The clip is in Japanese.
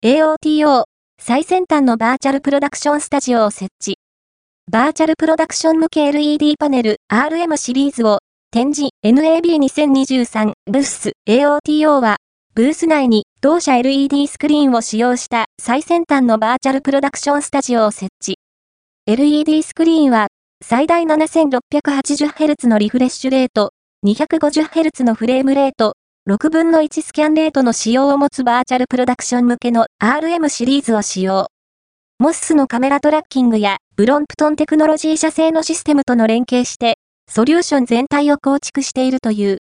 AOTO、最先端のバーチャルプロダクションスタジオを設置。バーチャルプロダクション向け LED パネル RM シリーズを展示 NAB2023 ブース AOTO は、ブース内に同社 LED スクリーンを使用した最先端のバーチャルプロダクションスタジオを設置。LED スクリーンは最大 7680Hz のリフレッシュレート、250Hz のフレームレート、6分の1スキャンレートの仕様を持つバーチャルプロダクション向けの RM シリーズを使用。モスのカメラトラッキングやブロンプトンテクノロジー社製のシステムとの連携して、ソリューション全体を構築しているという。